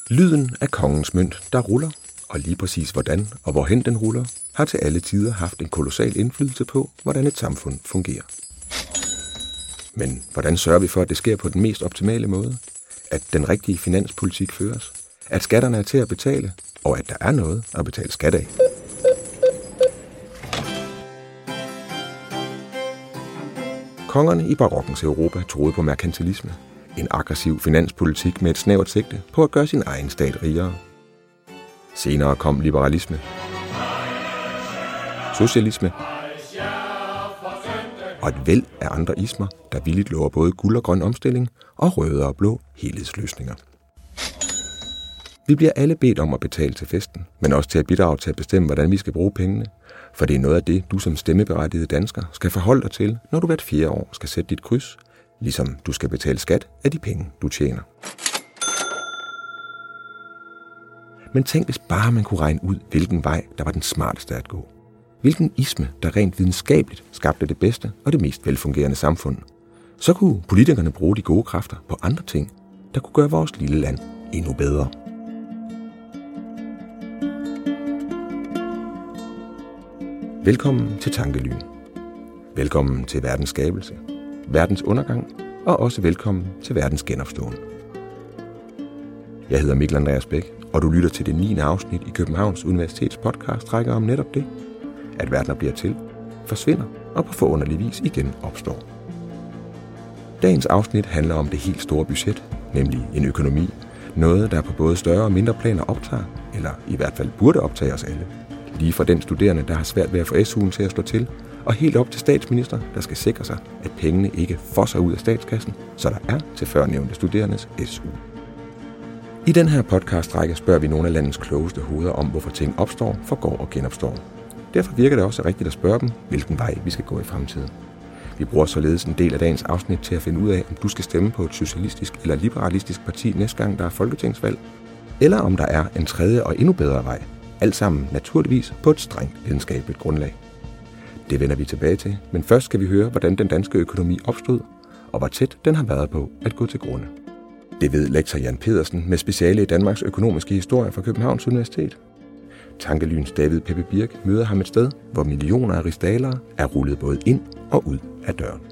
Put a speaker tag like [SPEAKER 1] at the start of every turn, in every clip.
[SPEAKER 1] Lyden af kongens mønt, der ruller, og lige præcis hvordan og hvorhen den ruller, har til alle tider haft en kolossal indflydelse på, hvordan et samfund fungerer. Men hvordan sørger vi for, at det sker på den mest optimale måde? At den rigtige finanspolitik føres? At skatterne er til at betale? Og at der er noget at betale skat af? Kongerne i barokkens Europa troede på merkantilisme. En aggressiv finanspolitik med et snævert sigte på at gøre sin egen stat rigere. Senere kom liberalisme, socialisme og et væld af andre ismer, der villigt lover både guld og grøn omstilling og røde og blå helhedsløsninger. Vi bliver alle bedt om at betale til festen, men også til at bidrage til at bestemme, hvordan vi skal bruge pengene. For det er noget af det, du som stemmeberettiget dansker skal forholde dig til, når du hvert 4 år skal sætte dit kryds, ligesom du skal betale skat af de penge, du tjener. Men tænk, hvis bare man kunne regne ud, hvilken vej, der var den smarteste at gå. Hvilken isme, der rent videnskabeligt skabte det bedste og det mest velfungerende samfund. Så kunne politikerne bruge de gode kræfter på andre ting, der kunne gøre vores lille land endnu bedre. Velkommen til Tankelyn. Velkommen til verdens skabelse, verdens undergang og også velkommen til verdens genopståen. Jeg hedder Mikkel Andreas Bæk, og du lytter til det 9. afsnit i Københavns Universitets podcast-række om netop det, at verden bliver til, forsvinder og på forunderlig vis igen opstår. Dagens afsnit handler om det helt store budget, nemlig en økonomi, noget der på både større og mindre planer optager, eller i hvert fald burde optage os alle. Lige fra den studerende, der har svært ved at få SU'en til at slå til, og helt op til statsminister, der skal sikre sig, at pengene ikke fosser ud af statskassen, så der er til førnævnte studerendes SU. I den her podcast-række spørger vi nogle af landets klogeste hoveder om, hvorfor ting opstår, forgår og genopstår. Derfor virker det også rigtigt at spørge dem, hvilken vej vi skal gå i fremtiden. Vi bruger således en del af dagens afsnit til at finde ud af, om du skal stemme på et socialistisk eller liberalistisk parti næste gang, der er folketingsvalg, eller om der er en tredje og endnu bedre vej. Alt sammen naturligvis på et strengt videnskabeligt grundlag. Det vender vi tilbage til, men først skal vi høre, hvordan den danske økonomi opstod, og hvor tæt den har været på at gå til grunde. Det ved lektor Jan Pedersen med speciale i Danmarks økonomiske historie fra Københavns Universitet. Tankelyns David Peppe Birk møder ham et sted, hvor millioner af rigsdalere er rullet både ind og ud af døren.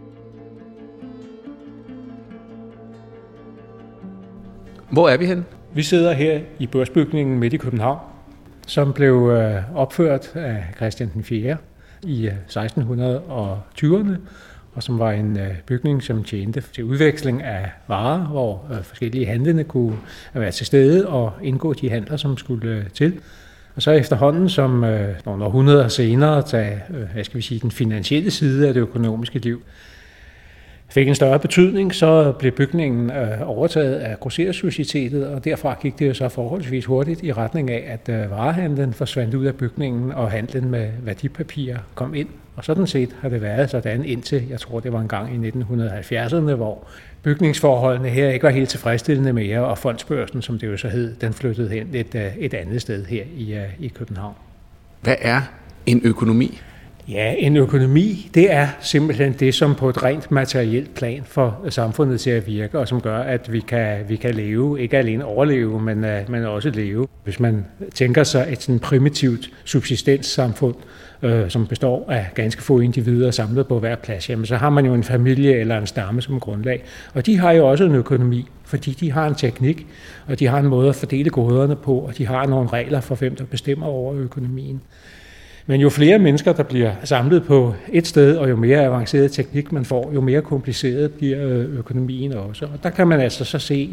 [SPEAKER 2] Hvor er vi henne?
[SPEAKER 3] Vi sidder her i Børsbygningen midt i København, som blev opført af Christian den 4. i 1620'erne, og som var en bygning, som tjente til udveksling af varer, hvor forskellige handlende kunne være til stede og indgå de handler, som skulle til. Og så efterhånden, som nogle århundreder senere, da den finansielle side af det økonomiske liv fik en større betydning, så blev bygningen overtaget af Grosserersocietetet, og derfra gik det jo så forholdsvis hurtigt i retning af, at varehandlen forsvandt ud af bygningen, og handlen med værdipapirer kom ind. Og sådan set har det været sådan indtil, jeg tror det var en gang i 1970'erne, hvor bygningsforholdene her ikke var helt tilfredsstillende mere, og Fondsbørsen, som det jo så hed, den flyttede hen et andet sted her i København.
[SPEAKER 2] Hvad er en økonomi?
[SPEAKER 3] Ja, en økonomi, det er simpelthen det, som på et rent materielt plan får samfundet til at virke, og som gør, at vi kan leve, ikke alene overleve, men også leve. Hvis man tænker sig et sådan primitivt subsistenssamfund, som består af ganske få individer samlet på hver plads, jamen, så har man jo en familie eller en stamme som grundlag. Og de har jo også en økonomi, fordi de har en teknik, og de har en måde at fordele goderne på, og de har nogle regler for, hvem der bestemmer over økonomien. Men jo flere mennesker, der bliver samlet på et sted, og jo mere avanceret teknik man får, jo mere kompliceret bliver økonomien også. Og der kan man altså så se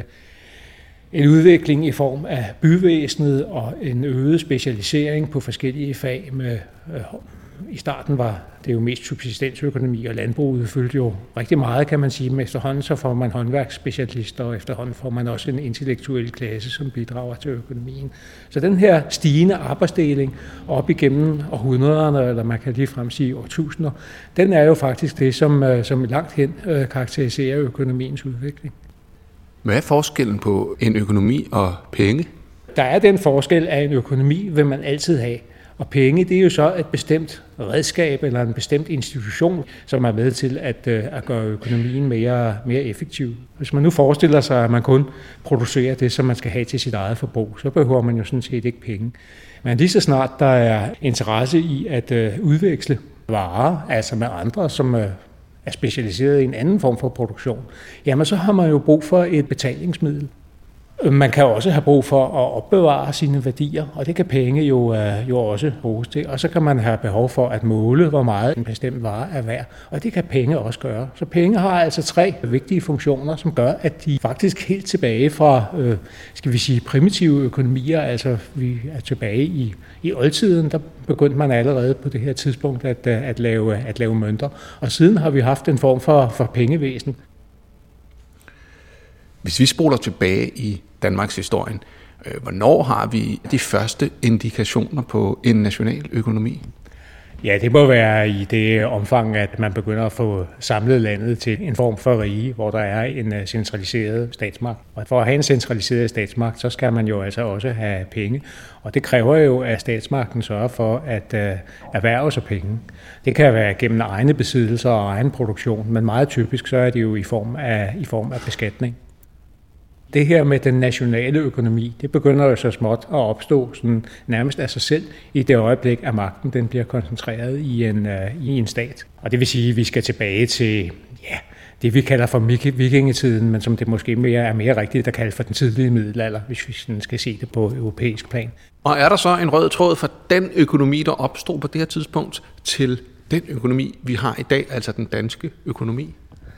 [SPEAKER 3] en udvikling i form af byvæsenet og en øget specialisering på forskellige fag. I starten var det jo mest subsistensøkonomi, og landbruget fyldte jo rigtig meget, kan man sige. Men efterhånden så får man håndværksspecialister, og efterhånden får man også en intellektuel klasse, som bidrager til økonomien. Så den her stigende arbejdsdeling op igennem århundrederne, eller man kan ligefrem sige årtusinder, den er jo faktisk det, som langt hen karakteriserer økonomiens udvikling.
[SPEAKER 2] Hvad er forskellen på en økonomi og penge?
[SPEAKER 3] Der er den forskel, at en økonomi vil man altid have. Og penge, det er jo så et bestemt redskab eller en bestemt institution, som er med til at gøre økonomien mere effektiv. Hvis man nu forestiller sig, at man kun producerer det, som man skal have til sit eget forbrug, så behøver man jo sådan set ikke penge. Men lige så snart der er interesse i at udveksle varer, altså med andre, som er specialiseret i en anden form for produktion, jamen så har man jo brug for et betalingsmiddel. Man kan også have brug for at opbevare sine værdier, og det kan penge jo også bruges til. Og så kan man have behov for at måle, hvor meget en bestemt vare er værd, og det kan penge også gøre. Så penge har altså 3 vigtige funktioner, som gør, at de faktisk helt tilbage fra, primitive økonomier, altså vi er tilbage i oldtiden, der begyndte man allerede på det her tidspunkt at lave mønter. Og siden har vi haft en form for pengevæsen.
[SPEAKER 2] Hvis vi spoler tilbage i Danmarks historien, hvornår har vi de første indikationer på en national økonomi?
[SPEAKER 3] Ja, det må være i det omfang, at man begynder at få samlet landet til en form for rige, hvor der er en centraliseret statsmagt. Og for at have en centraliseret statsmagt, så skal man jo altså også have penge. Og det kræver jo, at statsmagten sørger for at erhverve sig penge. Det kan være gennem egne besiddelser og egen produktion, men meget typisk så er det jo i form af beskatning. Det her med den nationale økonomi, det begynder jo så småt at opstå sådan nærmest af sig selv i det øjeblik, at magten den bliver koncentreret i en stat. Og det vil sige, at vi skal tilbage til det, vi kalder for vikingetiden, men som det måske er mere rigtigt at kalde for den tidlige middelalder, hvis vi sådan skal se det på europæisk plan.
[SPEAKER 2] Og er der så en rød tråd fra den økonomi, der opstod på det her tidspunkt, til den økonomi, vi har i dag, altså den danske økonomi?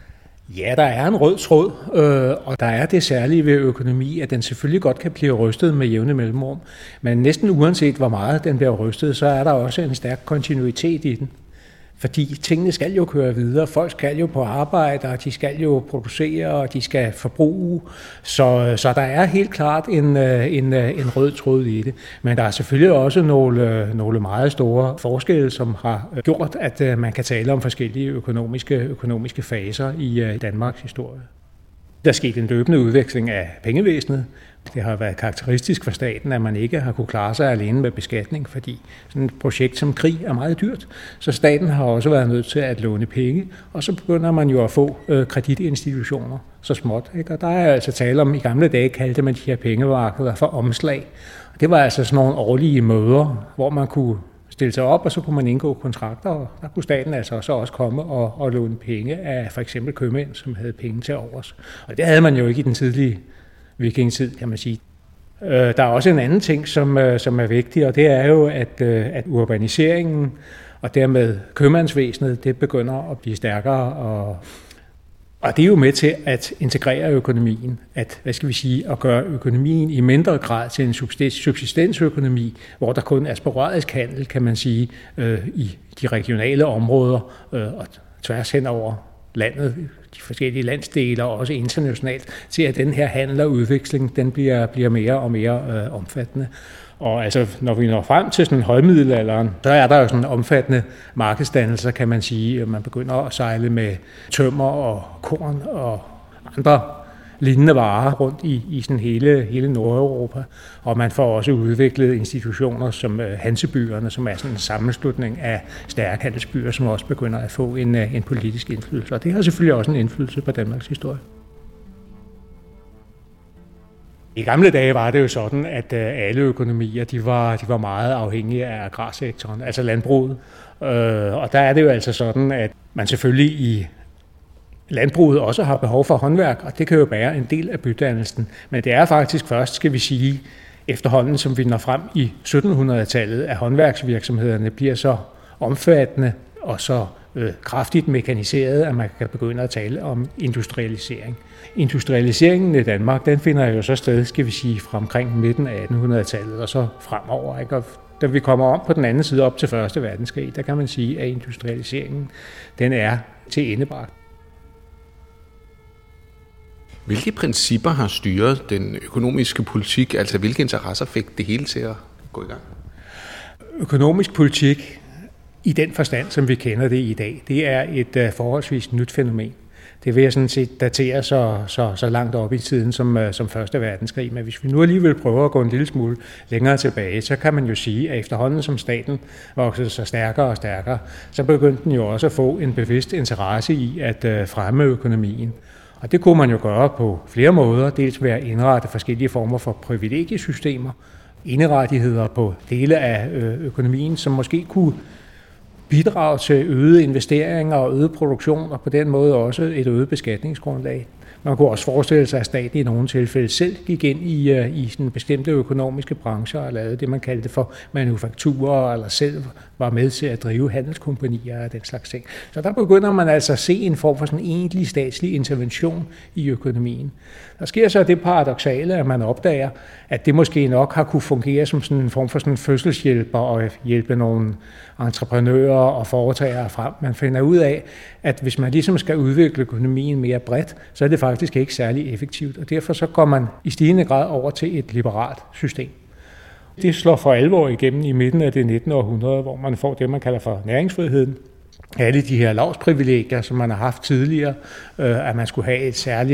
[SPEAKER 3] Ja, der er en rød tråd, og der er det særlige ved økonomi, at den selvfølgelig godt kan blive rystet med jævne mellemrum. Men næsten uanset hvor meget den bliver rystet, så er der også en stærk kontinuitet i den. Fordi tingene skal jo køre videre, folk skal jo på arbejde, og de skal jo producere, og de skal forbruge. Så der er helt klart en rød tråd i det. Men der er selvfølgelig også nogle meget store forskelle, som har gjort, at man kan tale om forskellige økonomiske faser i Danmarks historie. Der er sket en løbende udveksling af pengevæsenet. Det har været karakteristisk for staten, at man ikke har kunne klare sig alene med beskatning, fordi sådan et projekt som krig er meget dyrt. Så staten har også været nødt til at låne penge, og så begynder man jo at få kreditinstitutioner så småt. Ikke? Og der er altså tale om, i gamle dage kaldte man de her pengemarkeder for omslag. Og det var altså sådan nogle årlige møder, hvor man kunne stille sig op, og så kunne man indgå kontrakter, og der kunne staten altså så også komme og låne penge af for eksempel købmænd, som havde penge til overs. Og det havde man jo ikke i den tidlige vikingetid, kan man sige. Der er også en anden ting, som er vigtig, og det er jo, at urbaniseringen og dermed købmandsvæsenet, det begynder at blive stærkere, og det er jo med til at integrere økonomien, at gøre økonomien i mindre grad til en subsistensøkonomi, hvor der kun er sporadisk handel, kan man sige, i de regionale områder og tværs hen over landet, de forskellige landsdele og også internationalt, til at den her handel og udveksling, den bliver mere og mere omfattende. Og altså, når vi når frem til sådan højmiddelalderen, så er der jo sådan omfattende markedsdannelser, kan man sige. Man begynder at sejle med tømmer og korn og andre lignende varer rundt i sådan hele Nordeuropa. Og man får også udviklet institutioner som Hansebyerne, som er sådan en sammenslutning af stærke handelsbyer, som også begynder at få en politisk indflydelse. Og det har selvfølgelig også en indflydelse på Danmarks historie. I gamle dage var det jo sådan, at alle økonomier de var meget afhængige af agrarsektoren, altså landbruget. Og der er det jo altså sådan, at man selvfølgelig i landbruget også har behov for håndværk, og det kan jo være en del af bydannelsen. Men det er faktisk først, skal vi sige, efterhånden som vi når frem i 1700-tallet, at håndværksvirksomhederne bliver så omfattende og så kraftigt mekaniseret, at man kan begynde at tale om industrialisering. Industrialiseringen i Danmark, den finder jo så sted, skal vi sige, fra omkring midten af 1800-tallet og så fremover. Ikke? Og da vi kommer om på den anden side op til 1. verdenskrig, der kan man sige, at industrialiseringen, den er til endebragt.
[SPEAKER 2] Hvilke principper har styret den økonomiske politik, altså hvilke interesser fik det hele til at gå i gang?
[SPEAKER 3] Økonomisk politik, i den forstand, som vi kender det i dag, det er et forholdsvis nyt fænomen. Det vil jeg sådan set datere så langt op i tiden som Første Verdenskrig. Men hvis vi nu alligevel prøver at gå en lille smule længere tilbage, så kan man jo sige, at efterhånden som staten voksede sig stærkere og stærkere, så begyndte den jo også at få en bevidst interesse i at fremme økonomien. Og det kunne man jo gøre på flere måder. Dels ved at indrette forskellige former for privilegiesystemer, inderettigheder på dele af økonomien, som måske kunne bidrage til øgede investeringer og øget produktion, og på den måde også et øget beskatningsgrundlag. Man kunne også forestille sig, at staten i nogle tilfælde selv gik ind i sådan bestemte økonomiske brancher og lavede det, man kaldte for manufakturer, eller selv var med til at drive handelskompagnier og den slags ting. Så der begynder man altså at se en form for sådan en egentlig statslig intervention i økonomien. Der sker så det paradoksale, at man opdager, at det måske nok har kunne fungere som sådan en form for sådan en fødselshjælper og hjælpe nogle entreprenører og foretagere frem. Man finder ud af, at hvis man ligesom skal udvikle økonomien mere bredt, så er det faktisk ikke særlig effektivt, og derfor så går man i stigende grad over til et liberalt system. Det slår for alvor igennem i midten af det 19. århundrede, hvor man får det, man kalder for næringsfriheden. Alle de her lovsprivilegier, som man har haft tidligere, at man skulle have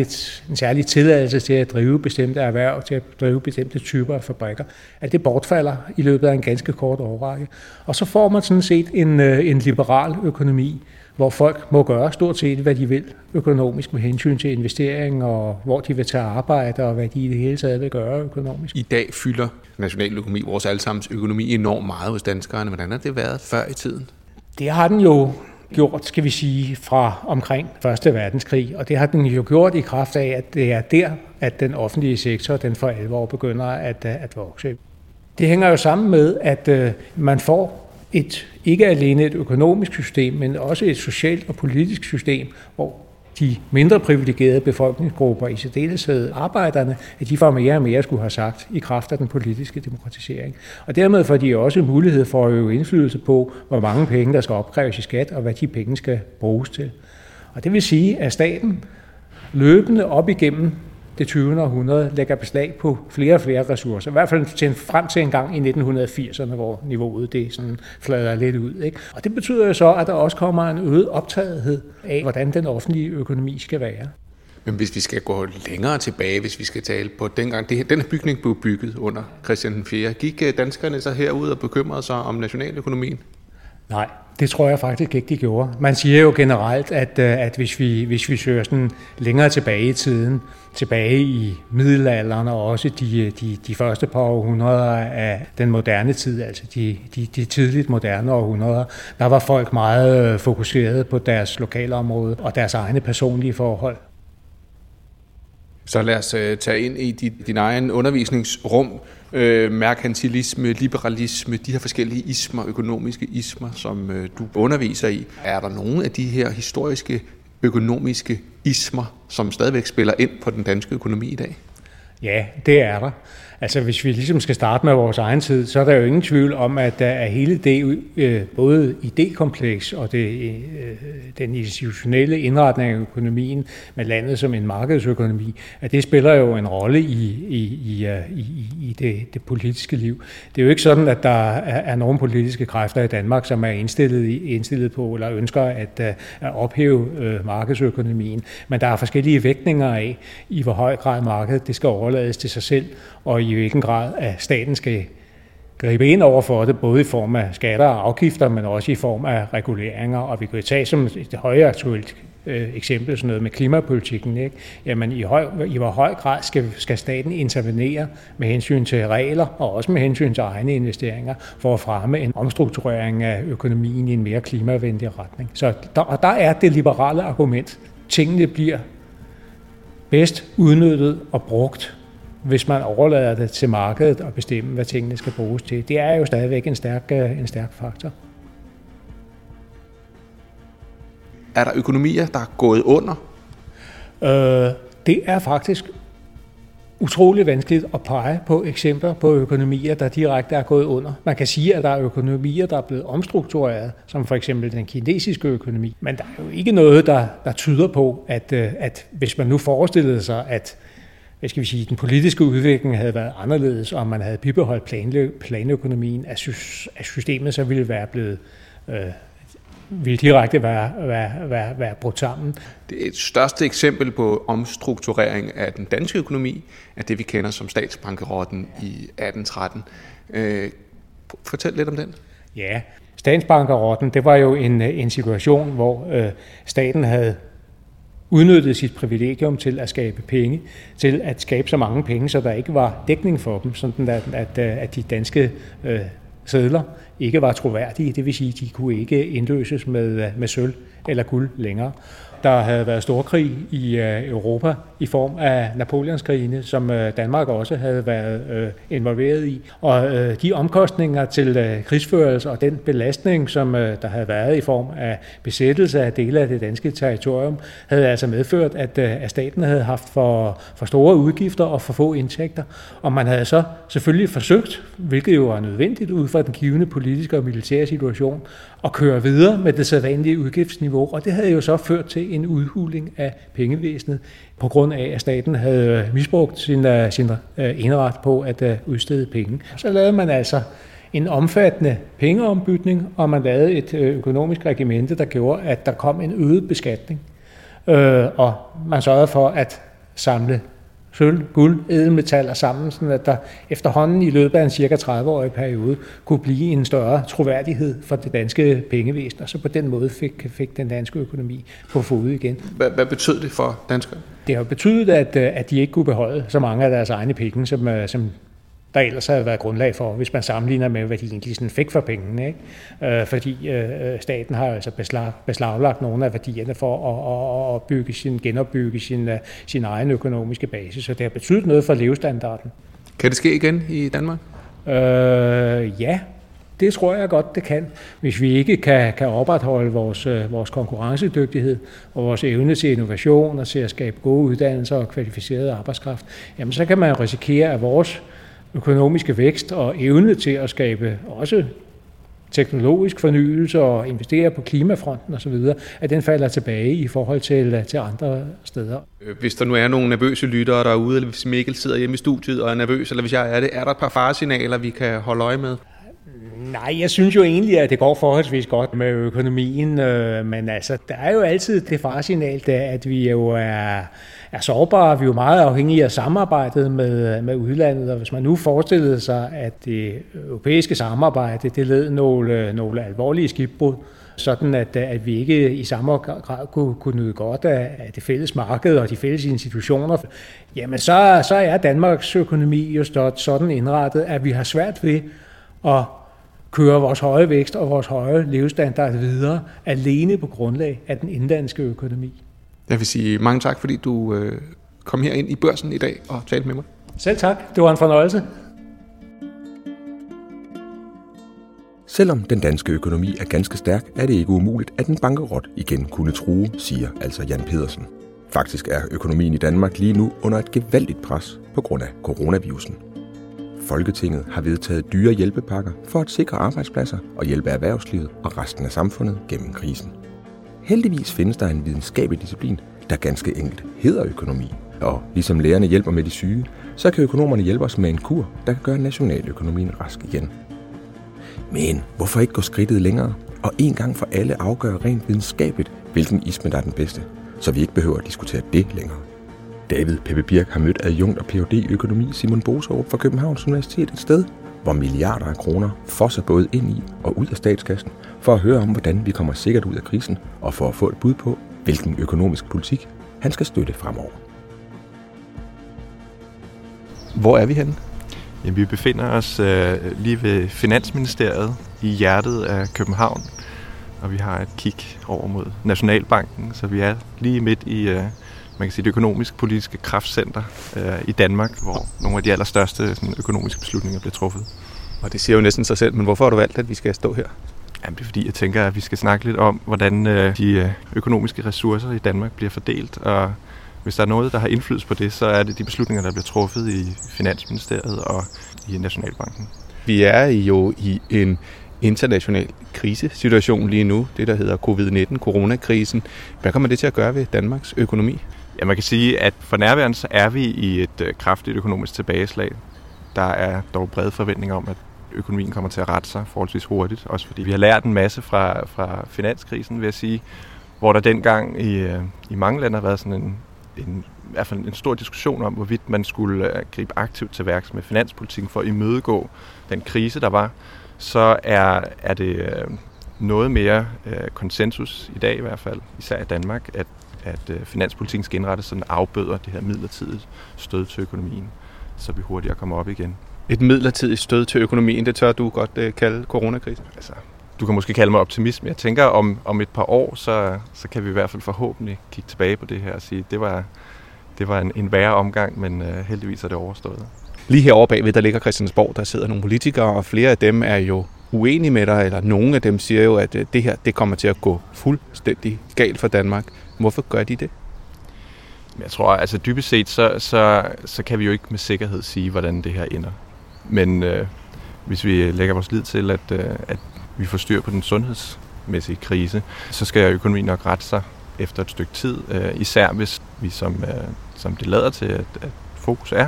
[SPEAKER 3] en særlig tilladelse til at drive bestemte erhverv, til at drive bestemte typer af fabrikker, at det bortfalder i løbet af en ganske kort årrække. Og så får man sådan set en liberal økonomi, hvor folk må gøre stort set, hvad de vil økonomisk med hensyn til investering, og hvor de vil tage arbejde, og hvad de i det hele taget vil gøre økonomisk.
[SPEAKER 2] I dag fylder nationaløkonomi, vores allesammens økonomi, enormt meget hos danskerne. Hvordan har det været før i tiden?
[SPEAKER 3] Det har den jo gjort, skal vi sige, fra omkring Første Verdenskrig, og det har den jo gjort i kraft af, at det er der, at den offentlige sektor, den for alvor begynder at vokse. Det hænger jo sammen med, at man får ikke alene et økonomisk system, men også et socialt og politisk system, hvor de mindre privilegerede befolkningsgrupper, i særdeleshed arbejderne, at de får mere og mere skulle have sagt i kraft af den politiske demokratisering. Og dermed får de også mulighed for at øve indflydelse på, hvor mange penge, der skal opkræves i skat, og hvad de penge skal bruges til. Og det vil sige, at staten løbende op igennem det 20. århundrede lægger beslag på flere og flere ressourcer. I hvert fald frem til en gang i 1980'erne, hvor niveauet det sådan flader lidt ud. Ikke? Og det betyder jo så, at der også kommer en øget optagethed af, hvordan den offentlige økonomi skal være.
[SPEAKER 2] Men hvis vi skal gå længere tilbage, hvis vi skal tale på dengang, den her bygning blev bygget under Christian 4. Gik danskerne så herud og bekymrede sig om nationaløkonomien?
[SPEAKER 3] Nej, det tror jeg faktisk ikke, de gjorde. Man siger jo generelt, at hvis vi søger sådan længere tilbage i tiden, tilbage i middelalderen og også de første par århundreder af den moderne tid, altså de tidligt moderne århundreder, der var folk meget fokuseret på deres lokalområde og deres egne personlige forhold.
[SPEAKER 2] Så lad os tage ind i din egen undervisningsrum. Merkantilisme, liberalisme, de her forskellige ismer, økonomiske ismer, som du underviser i. Er der nogle af de her historiske økonomiske ismer, som stadigvæk spiller ind på den danske økonomi i dag?
[SPEAKER 3] Ja, det er der. Altså hvis vi ligesom skal starte med vores egen tid, så er der jo ingen tvivl om, at hele det, både idékompleks og den institutionelle indretning af økonomien med landet som en markedsøkonomi, at det spiller jo en rolle i det politiske liv. Det er jo ikke sådan, at der er nogle politiske kræfter i Danmark, som er indstillet på eller ønsker at ophæve markedsøkonomien, men der er forskellige vægtninger af, i hvor høj grad markedet det skal overlades til sig selv, og i hvilken grad at staten skal gribe ind over for det, både i form af skatter og afgifter, men også i form af reguleringer. Og vi kan tage som et højaktuelt eksempel sådan noget med klimapolitikken. Ikke? Jamen i hvor høj grad skal staten intervenere med hensyn til regler og også med hensyn til egne investeringer for at fremme en omstrukturering af økonomien i en mere klimavenlig retning. Så der er det liberale argument. Tingene bliver bedst udnyttet og brugt, hvis man overlader det til markedet og bestemme, hvad tingene skal bruges til. Det er jo stadigvæk en stærk faktor.
[SPEAKER 2] Er der økonomier, der er gået under?
[SPEAKER 3] Det er faktisk utrolig vanskeligt at pege på eksempler på økonomier, der direkte er gået under. Man kan sige, at der er økonomier, der er blevet omstruktureret, som for eksempel den kinesiske økonomi. Men der er jo ikke noget, der tyder på, at hvis man nu forestillede sig, at den politiske udvikling havde været anderledes, og man havde bibeholdt planøkonomien, at systemet så ville være blevet vil direkte være brudt sammen.
[SPEAKER 2] Det er et største eksempel på omstrukturering af den danske økonomi, af det vi kender som statsbankerotten i 1813. Fortæl lidt om den.
[SPEAKER 3] Ja, statsbankerotten, det var jo en situation, hvor staten havde udnyttede sit privilegium til at skabe penge, til at skabe så mange penge, så der ikke var dækning for dem, sådan at de danske sedler ikke var troværdige. Det vil sige, at de kunne ikke indløses med sølv eller guld længere. Der havde været storkrig i Europa i form af Napoleonskrigene, som Danmark også havde været involveret i. Og de omkostninger til krigsførelse og den belastning, som der havde været i form af besættelse af dele af det danske territorium, havde altså medført, at staten havde haft for store udgifter og for få indtægter. Og man havde så selvfølgelig forsøgt, hvilket jo var nødvendigt ud fra den givne politiske og militære situation, at køre videre med det sædvanlige udgiftsniveau. Og det havde jo så ført til en udhuling af pengevæsenet, på grund af, at staten havde misbrugt sin eneret på at udstede penge. Så lavede man altså en omfattende pengeombytning, og man lavede et økonomisk regimente, der gjorde, at der kom en øget beskatning. Og man sørgede for at samle sølv, guld, ædelmetaller sammen, sådan at der efterhånden i løbet af en cirka 30-årig periode kunne blive en større troværdighed for det danske pengevæsen, og så på den måde fik den danske økonomi på fod igen.
[SPEAKER 2] Hvad betød det for danskerne?
[SPEAKER 3] Det har betydet, at de ikke kunne beholde så mange af deres egne penge, som der ellers havde været grundlag for, hvis man sammenligner med, hvad de egentlig sådan fik for pengene. Ikke? Fordi staten har altså beslaglagt nogle af værdierne for at genopbygge sin egen økonomiske basis, så det har betydet noget for levestandarden.
[SPEAKER 2] Kan det ske igen i Danmark?
[SPEAKER 3] Ja, det tror jeg godt, det kan. Hvis vi ikke kan opretholde vores konkurrencedygtighed og vores evne til innovation og til at skabe gode uddannelser og kvalificeret arbejdskraft, jamen så kan man risikere, at vores økonomiske vækst og evne til at skabe også teknologisk fornyelse og investere på klimafronten osv., at den falder tilbage i forhold til andre steder.
[SPEAKER 2] Hvis der nu er nogle nervøse lyttere derude, eller hvis Mikkel sidder hjemme i studiet og er nervøs, eller hvis jeg er det, er der et par faresignaler, vi kan holde øje med?
[SPEAKER 3] Nej, jeg synes jo egentlig, at det går forholdsvis godt med økonomien, men altså, der er jo altid det faresignal, at vi jo er sårbare, vi er jo meget afhængige af samarbejdet med udlandet, og hvis man nu forestillede sig, at det europæiske samarbejde, det led nogle alvorlige skibbrud, sådan at vi ikke i samme grad kunne nyde godt af det fælles marked og de fælles institutioner, jamen så er Danmarks økonomi jo sådan indrettet, at vi har svært ved at køre vores høje vækst og vores høje levestandard videre, alene på grundlag af den indenlandske økonomi.
[SPEAKER 2] Jeg vil sige mange tak, fordi du kom her ind i Børsen i dag og talte med mig.
[SPEAKER 3] Selv tak. Det var en fornøjelse.
[SPEAKER 1] Selvom den danske økonomi er ganske stærk, er det ikke umuligt, at en bankerot igen kunne true, siger altså Jan Pedersen. Faktisk er økonomien i Danmark lige nu under et gevaldigt pres på grund af coronavirusen. Folketinget har vedtaget dyre hjælpepakker for at sikre arbejdspladser og hjælpe erhvervslivet og resten af samfundet gennem krisen. Heldigvis findes der en videnskabelig disciplin, der ganske enkelt hedder økonomi. Og ligesom lægerne hjælper med de syge, så kan økonomerne hjælpe os med en kur, der kan gøre nationaløkonomien rask igen. Men hvorfor ikke gå skridtet længere og en gang for alle afgøre rent videnskabeligt, hvilken isme der er den bedste, så vi ikke behøver at diskutere det længere? David Peppe Birk har mødt adjunkt og Ph.D. i økonomi Simon Boserup fra Københavns Universitet, et sted, hvor milliarder af kroner fosser både ind i og ud af statskassen, for at høre om, hvordan vi kommer sikkert ud af krisen, og for at få et bud på, hvilken økonomisk politik han skal støtte fremover.
[SPEAKER 2] Hvor er vi henne?
[SPEAKER 4] Jamen, vi befinder os lige ved Finansministeriet i hjertet af København, og vi har et kig over mod Nationalbanken, så vi er lige midt i man kan sige, det økonomisk-politiske kraftcenter i Danmark, hvor nogle af de allerstørste økonomiske beslutninger bliver truffet.
[SPEAKER 2] Og det siger jo næsten sig selv, men hvorfor har du valgt, at vi skal stå her?
[SPEAKER 4] Jamen, det er fordi, jeg tænker, at vi skal snakke lidt om, hvordan de økonomiske ressourcer i Danmark bliver fordelt, og hvis der er noget, der har indflydelse på det, så er det de beslutninger, der bliver truffet i Finansministeriet og i Nationalbanken.
[SPEAKER 2] Vi er jo i en international krisesituation lige nu, det der hedder covid-19, coronakrisen. Hvad kommer det til at gøre ved Danmarks økonomi?
[SPEAKER 4] Ja, man kan sige, at for nærværende så er vi i et kraftigt økonomisk tilbageslag. Der er dog brede forventninger om, at økonomien kommer til at rette sig forholdsvis hurtigt. Også fordi vi har lært en masse fra finanskrisen, vil jeg sige, hvor der dengang i mange lande har været sådan i hvert fald en stor diskussion om, hvorvidt man skulle gribe aktivt til værks med finanspolitikken for at imødegå den krise, der var. Så er det noget mere konsensus i dag i hvert fald, især i Danmark, at finanspolitikken skal indrettes, så den afbøder det her midlertidige stød til økonomien, så vi hurtigere kommer op igen.
[SPEAKER 2] Et midlertidigt stød til økonomien, det tør du godt kalde coronakrisen?
[SPEAKER 4] Altså, du kan måske kalde mig optimisme. Jeg tænker, om et par år, så kan vi i hvert fald forhåbentlig kigge tilbage på det her og sige, det var en værre omgang, men heldigvis er det overstået.
[SPEAKER 2] Lige herovre bagved, der ligger Christiansborg, der sidder nogle politikere, og flere af dem er jo uenige med dig, eller nogle af dem siger jo, at det her det kommer til at gå fuldstændig galt for Danmark. Hvorfor gør de det?
[SPEAKER 4] Jeg tror, altså dybest set, så kan vi jo ikke med sikkerhed sige, hvordan det her ender. Men hvis vi lægger vores lid til, at vi får styr på den sundhedsmæssige krise, så skal økonomien nok rette sig efter et stykke tid. Især hvis vi, som det lader til, at fokus er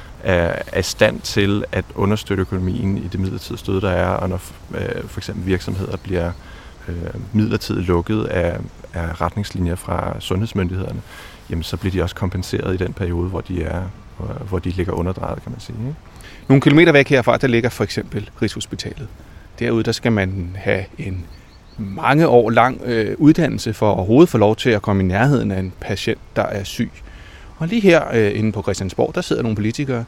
[SPEAKER 4] i stand til at understøtte økonomien i det midlertidige stød, der er, og når for eksempel virksomheder bliver midlertidigt lukket af retningslinjer fra sundhedsmyndighederne, jamen så bliver de også kompenseret i den periode, hvor de ligger underdrejet, kan man sige. Ikke?
[SPEAKER 2] Nogle kilometer væk herfra, der ligger for eksempel Rigshospitalet. Derude, der skal man have en mange år lang uddannelse for at overhovedet få lov til at komme i nærheden af en patient, der er syg. Og lige her inde på Christiansborg, der sidder nogle politikere.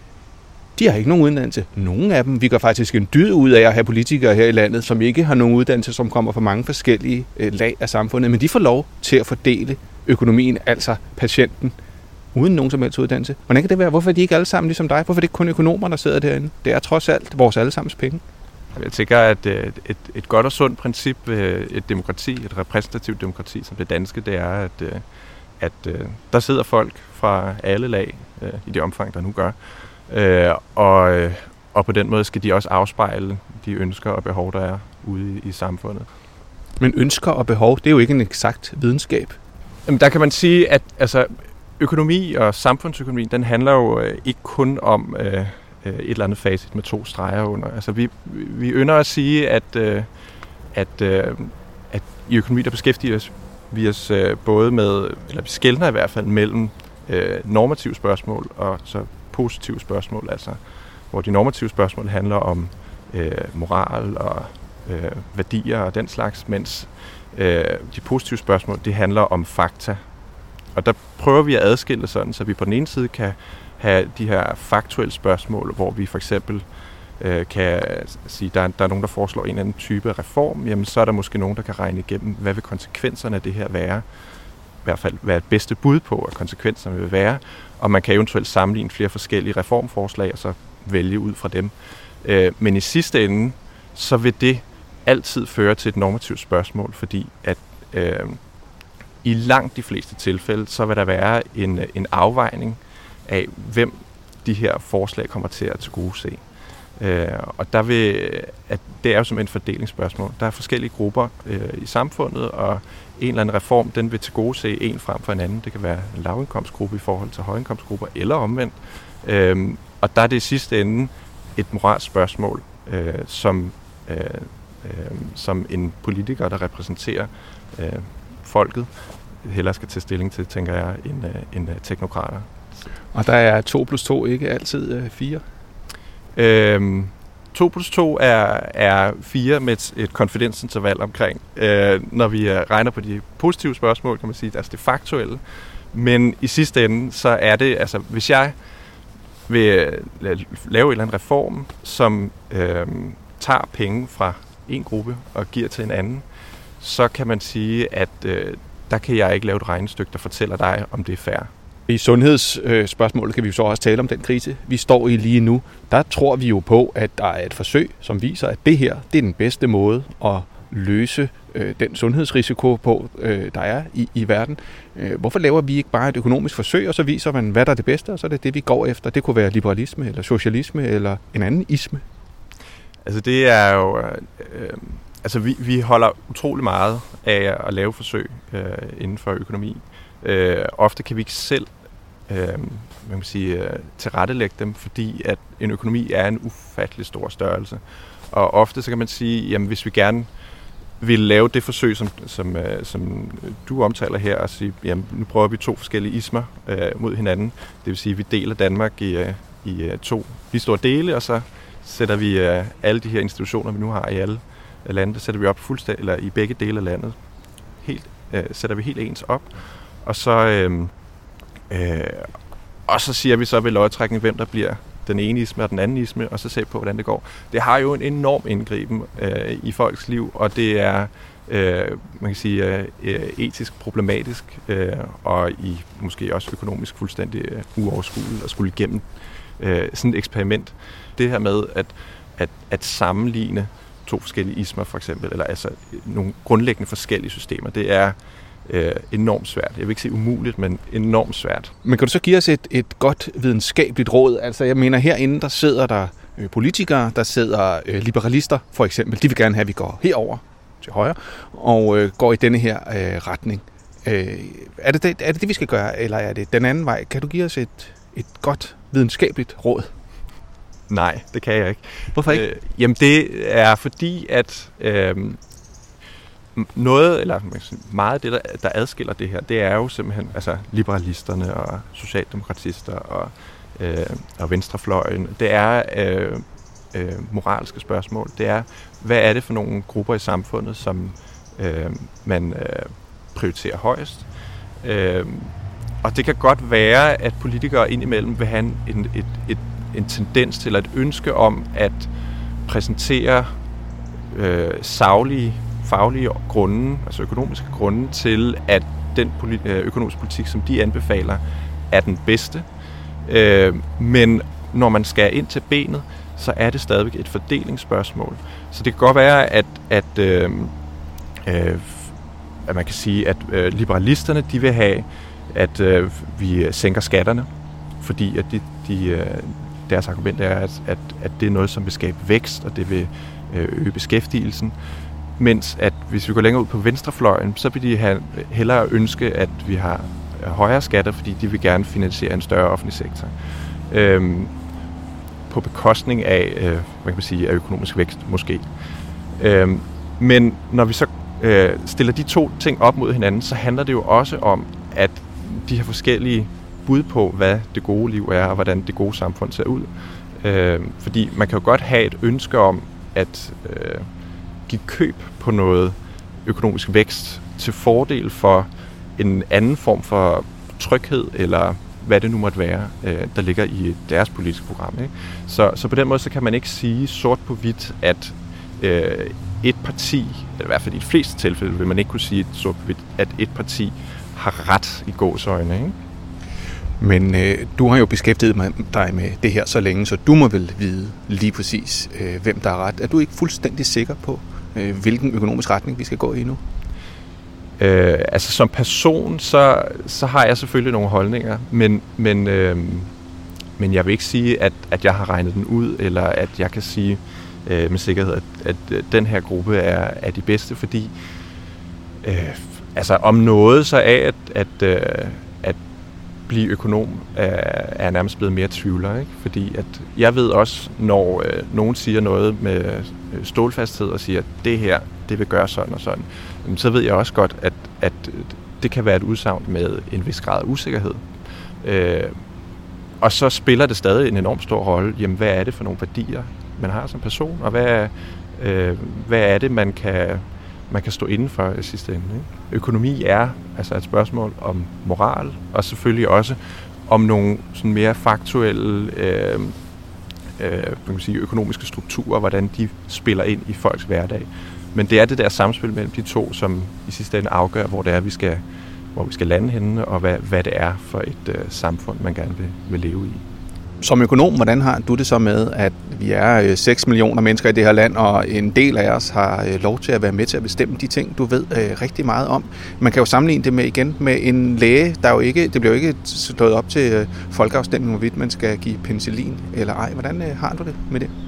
[SPEAKER 2] De har ikke nogen uddannelse. Nogle af dem. Vi gør faktisk en dyd ud af at have politikere her i landet, som ikke har nogen uddannelse, som kommer fra mange forskellige lag af samfundet. Men de får lov til at fordele økonomien, altså patienten, uden nogen som helst uddannelse. Hvordan kan det være? Hvorfor er de ikke alle sammen ligesom dig? Hvorfor er det ikke kun økonomer, der sidder derinde? Det er trods alt vores allesammens penge.
[SPEAKER 4] Jeg tænker, at et godt og sundt princip, et demokrati, et repræsentativt demokrati som det danske, det er, at der sidder folk fra alle lag i det omfang, der nu gør. Og på den måde skal de også afspejle de ønsker og behov, der er ude i samfundet.
[SPEAKER 2] Men ønsker og behov, det er jo ikke en eksakt videnskab.
[SPEAKER 4] Jamen, der kan man sige, at altså, økonomi og samfundsøkonomi, den handler jo ikke kun om et eller andet facit med 2 streger under. Altså, vi ynder at sige, at i økonomi, der beskæftiger vi os både med, eller vi skelner i hvert fald mellem normative spørgsmål og så positive spørgsmål, altså hvor de normative spørgsmål handler om moral og værdier og den slags, mens de positive spørgsmål, det handler om fakta. Og der prøver vi at adskille sådan, så vi på den ene side kan have de her faktuelle spørgsmål, hvor vi for eksempel kan sige, der er nogen, der foreslår en eller anden type reform, jamen så er der måske nogen, der kan regne igennem, hvad vil konsekvenserne af det her være. I hvert fald være et bedste bud på, at konsekvenserne vil være, og man kan eventuelt sammenligne flere forskellige reformforslag, og så vælge ud fra dem. Men i sidste ende, så vil det altid føre til et normativt spørgsmål, fordi at i langt de fleste tilfælde, så vil der være en afvejning af, hvem de her forslag kommer til at tilgodese. Og der det er jo som et fordelingsspørgsmål. Der er forskellige grupper i samfundet, og en eller anden reform, den vil tilgodese en frem for en anden. Det kan være en lavindkomstgruppe i forhold til højindkomstgrupper, eller omvendt. Og der er det i sidste ende et moralsk spørgsmål, som en politiker, der repræsenterer folket, hellere skal tage stilling til, tænker jeg, en teknokrater.
[SPEAKER 2] Og der er 2 + 2 ikke altid 4?
[SPEAKER 4] 2 + 2 er 4 med et konfidensinterval omkring, når vi regner på de positive spørgsmål, kan man sige, altså det faktuelle. Men i sidste ende, så er det, altså hvis jeg vil lave en eller anden reform, som tager penge fra en gruppe og giver til en anden, så kan man sige, at der kan jeg ikke lave et regnestykke, der fortæller dig, om det er fair.
[SPEAKER 2] I sundhedsspørgsmålet kan vi jo så også tale om den krise, vi står i lige nu. Der tror vi jo på, at der er et forsøg, som viser, at det her det er den bedste måde at løse den sundhedsrisiko på, der er i verden. Hvorfor laver vi ikke bare et økonomisk forsøg, og så viser man, hvad der er det bedste, og så er det det, vi går efter. Det kunne være liberalisme, eller socialisme, eller en anden isme.
[SPEAKER 4] Altså det er jo... Altså vi holder utrolig meget af at lave forsøg inden for økonomi. Ofte kan vi ikke selv man kan sige, tilrettelægge dem, fordi at en økonomi er en ufattelig stor størrelse. Og ofte så kan man sige, jamen hvis vi gerne vil lave det forsøg, som du omtaler her, og sige, jamen nu prøver vi 2 forskellige ismer mod hinanden. Det vil sige, at vi deler Danmark i 2 lige store dele, og så sætter vi alle de her institutioner, vi nu har i alle lande, der sætter vi op fuldstændig, eller i begge dele af landet. Sætter vi helt ens op, og så siger vi så ved lodtrækning, hvem der bliver den ene isme og den anden isme, og så se på, hvordan det går. Det har jo en enorm indgriben i folks liv, og det er, man kan sige, etisk problematisk, og måske også økonomisk fuldstændig uoverskueligt at skulle igennem sådan et eksperiment. Det her med at sammenligne 2 forskellige ismer, for eksempel, eller altså nogle grundlæggende forskellige systemer, det er enormt svært. Jeg vil ikke sige umuligt, men enormt svært.
[SPEAKER 2] Men kan du så give os et godt videnskabeligt råd? Altså jeg mener, herinde der sidder der politikere, der sidder liberalister for eksempel. De vil gerne have, at vi går herover til højre og går i denne her retning. Er det, vi skal gøre, eller er det den anden vej? Kan du give os et godt videnskabeligt råd?
[SPEAKER 4] Nej, det kan jeg ikke.
[SPEAKER 2] Hvorfor ikke?
[SPEAKER 4] Jamen det er fordi, at noget, eller meget af det, der adskiller det her, det er jo simpelthen altså liberalisterne og socialdemokratister og venstrefløjen. Det er moralske spørgsmål. Det er, hvad er det for nogle grupper i samfundet, som man prioriterer højst? Og det kan godt være, at politikere indimellem vil have en tendens til et ønske om at præsentere faglige grunde, altså økonomiske grunde til, at den økonomiske politik, som de anbefaler, er den bedste. Men når man skal ind til benet, så er det stadigvæk et fordelingsspørgsmål. Så det kan godt være, at man kan sige, at liberalisterne de vil have, at vi sænker skatterne, fordi at deres argument er, at det er noget, som vil skabe vækst, og det vil øge beskæftigelsen. Mens at hvis vi går længere ud på venstrefløjen, så vil de hellere ønske, at vi har højere skatter, fordi de vil gerne finansiere en større offentlig sektor. På bekostning af, hvad kan man sige, af økonomisk vækst måske. Men når vi så stiller de 2 ting op mod hinanden, så handler det jo også om, at de her forskellige bud på, hvad det gode liv er, og hvordan det gode samfund ser ud. Fordi man kan jo godt have et ønske om at give køb på noget økonomisk vækst til fordel for en anden form for tryghed, eller hvad det nu måtte være, der ligger i deres politiske program. Ikke? Så på den måde så kan man ikke sige sort på hvidt, at et parti, eller i hvert fald i de fleste tilfælde, vil man ikke kunne sige sort på hvidt, at et parti har ret i gåseøjne. Ikke?
[SPEAKER 2] Men du har jo beskæftiget dig med det her så længe, så du må vel vide lige præcis, hvem der har ret. Er du ikke fuldstændig sikker på, hvilken økonomisk retning vi skal gå i nu?
[SPEAKER 4] Altså som person, så har jeg selvfølgelig nogle holdninger, men jeg vil ikke sige, at jeg har regnet den ud, eller at jeg kan sige med sikkerhed, at den her gruppe er de bedste, fordi altså om noget så af, at blive økonom er nærmest blevet mere tvivler, ikke? Fordi at jeg ved også, når nogen siger noget med stålfasthed og siger, at det her, det vil gøre sådan og sådan, så ved jeg også godt, at det kan være et udsagn med en vis grad af usikkerhed. Og så spiller det stadig en enormt stor rolle. Jamen, hvad er det for nogle værdier, man har som person, og hvad er det, man kan stå inden for i sidste ende. Ikke? Økonomi er altså et spørgsmål om moral, og selvfølgelig også om nogle sådan mere faktuelle økonomiske strukturer, hvordan de spiller ind i folks hverdag. Men det er det der samspil mellem de 2, som i sidste ende afgør, hvor det er, hvor vi skal lande henne, og hvad det er for et samfund, man gerne vil leve i.
[SPEAKER 2] Som økonom, hvordan har du det så med, at vi er 6 millioner mennesker i det her land, og en del af os har lov til at være med til at bestemme de ting, du ved rigtig meget om. Man kan jo sammenligne det med en læge, det bliver jo ikke slået op til folkeafstemning, hvorvidt man skal give penicillin eller ej. Hvordan har du det med det?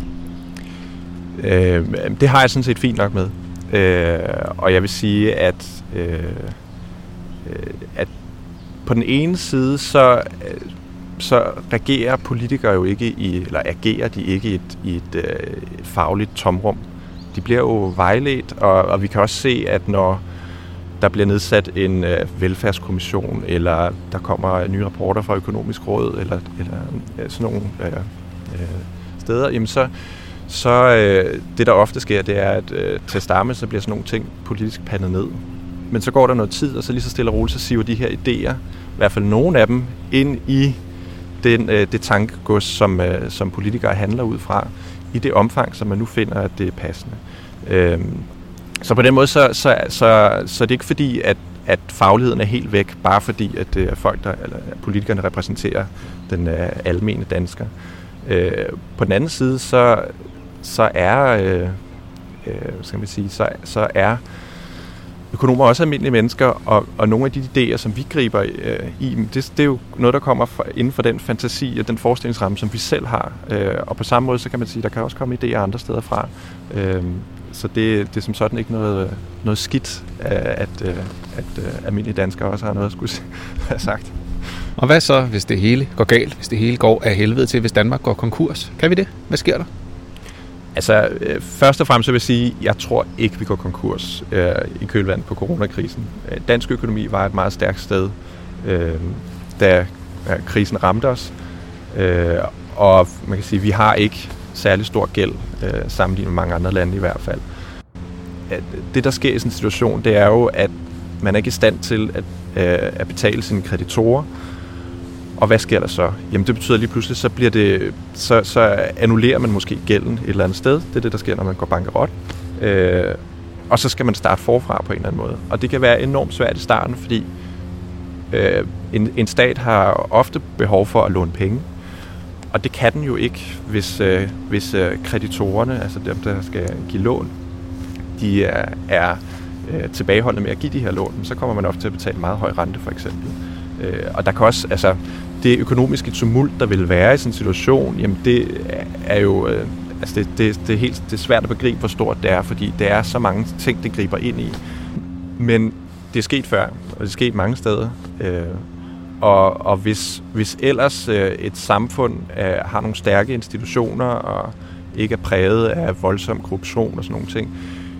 [SPEAKER 4] Det har jeg sådan set fint nok med. Og jeg vil sige, at på den ene side, så regerer politikere jo ikke eller agerer de ikke i et fagligt tomrum. De bliver jo vejledt, og vi kan også se, at når der bliver nedsat en velfærdskommission, eller der kommer nye rapporter fra Økonomisk Råd, eller sådan nogle steder, jamen så det, der ofte sker, det er, at til at starte med, så bliver sådan nogle ting politisk pandet ned. Men så går der noget tid, og så lige så stille og roligt, så siver de her idéer, i hvert fald nogle af dem, ind i det tankegods, som politikere handler ud fra, i det omfang, som man nu finder, at det er passende. Så på den måde, så er det ikke fordi, at fagligheden er helt væk, bare fordi, at det er folk, eller politikerne repræsenterer den almene dansker. På den anden side, så er økonomer også almindelige mennesker, og nogle af de idéer, som vi griber i, det er jo noget, der kommer inden for den fantasi og den forestillingsramme, som vi selv har. Og på samme måde, så kan man sige, at der kan også komme idéer andre steder fra. Så det er som sådan ikke noget skidt, at almindelige danskere også har noget at skulle have sagt.
[SPEAKER 2] Og hvad så, hvis det hele går galt, hvis det hele går af helvede til, hvis Danmark går konkurs? Kan vi det? Hvad sker der?
[SPEAKER 4] Altså, først og fremmest så vil jeg sige, at jeg tror ikke, vi går konkurs i kølvandet på coronakrisen. Dansk økonomi var et meget stærkt sted, da krisen ramte os. Og man kan sige, at vi har ikke særlig stor gæld, sammenlignet med mange andre lande i hvert fald. Det, der sker i sådan en situation, det er jo, at man er ikke i stand til at betale sine kreditorer. Og hvad sker der så? Jamen det betyder lige pludselig, så annullerer man måske gælden et eller andet sted. Det er det, der sker, når man går bankerot. Og så skal man starte forfra på en eller anden måde. Og det kan være enormt svært i starten, fordi en stat har ofte behov for at låne penge. Og det kan den jo ikke, hvis kreditorerne, altså dem, der skal give lån, de er tilbageholdende med at give de her lån. Så kommer man ofte til at betale meget høj rente, for eksempel. Og der kan også, altså det økonomiske tumult, der vil være i sådan en situation, jamen det er jo, det er svært at begribe, hvor stort det er, fordi det er så mange ting, det griber ind i. Men det er sket før, og det er sket mange steder. Og hvis ellers et samfund har nogle stærke institutioner og ikke er præget af voldsom korruption og sådan nogle ting,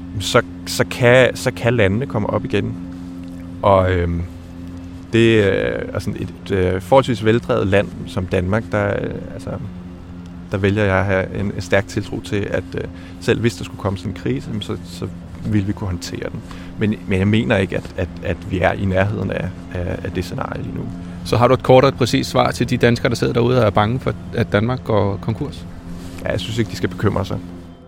[SPEAKER 4] så kan landene komme op igen. Og det er sådan et forholdsvis veldrevet land som Danmark, der vælger jeg at have en stærk tiltro til, at selv hvis der skulle komme sådan en krise, så ville vi kunne håndtere den. Men jeg mener ikke, at vi er i nærheden af det scenarie lige nu.
[SPEAKER 2] Så har du et kort og et præcist svar til de danskere, der sidder derude og er bange for, at Danmark går konkurs?
[SPEAKER 4] Ja, jeg synes ikke, de skal bekymre sig.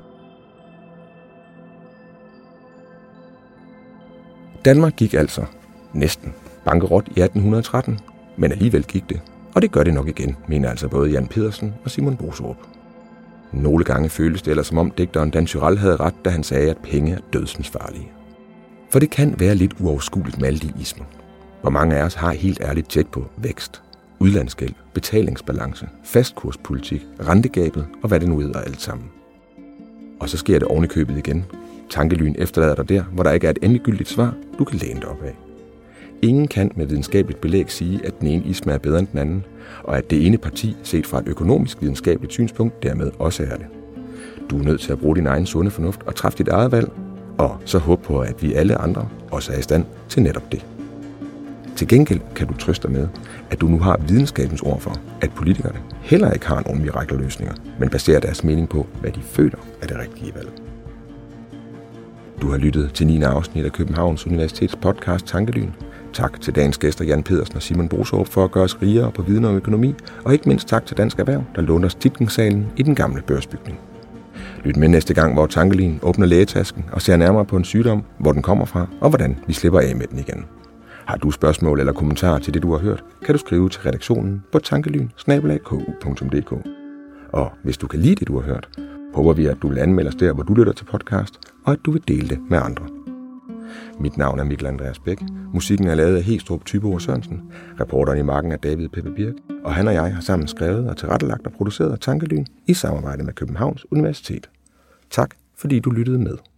[SPEAKER 1] Danmark gik altså næsten bankerot i 1813, men alligevel gik det. Og det gør det nok igen, mener altså både Jan Pedersen og Simon Boserup. Nogle gange føles det ellers som om digteren Dan Tyrell havde ret, da han sagde, at penge er dødsensfarlige. For det kan være lidt uoverskueligt med alle de ismer. Hvor mange af os har helt ærligt tjek på vækst, udlandsgæld, betalingsbalance, fastkurspolitik, rentegabet og hvad det nu hedder alt sammen. Og så sker det oven i købet igen. Tankelyn efterlader dig der, hvor der ikke er et endegyldigt svar, du kan læne dig op af. Ingen kan med videnskabeligt belæg sige, at den ene isme er bedre end den anden, og at det ene parti, set fra et økonomisk videnskabeligt synspunkt, dermed også er det. Du er nødt til at bruge din egen sunde fornuft og træffe dit eget valg, og så håbe på, at vi alle andre også er i stand til netop det. Til gengæld kan du trøste dig med, at du nu har videnskabens ord for, at politikerne heller ikke har nogle miraklerløsninger, men baserer deres mening på, hvad de føler er det rigtige valg. Du har lyttet til 9. afsnit af Københavns Universitets podcast Tankelyn. Tak til dagens gæster Jan Pedersen og Simon Boserup for at gøre os rigere på viden om økonomi, og ikke mindst tak til Dansk Erhverv, der lånte os Tietgens-salen i den gamle børsbygning. Lyt med næste gang, hvor Tankelyn åbner lægetasken og ser nærmere på en sygdom, hvor den kommer fra, og hvordan vi slipper af med den igen. Har du spørgsmål eller kommentarer til det, du har hørt, kan du skrive til redaktionen på tankelyn@ku.dk. Og hvis du kan lide det, du har hørt, håber vi, at du vil anmelde os der, hvor du lytter til podcast, og at du vil dele det med andre. Mit navn er Mikkel Andreas Bæk. Musikken er lavet af Hestrup Thybo Sørensen. Reporteren i marken er David Peppe Birk. Og han og jeg har sammen skrevet og tilrettelagt og produceret Tankelyn i samarbejde med Københavns Universitet. Tak fordi du lyttede med.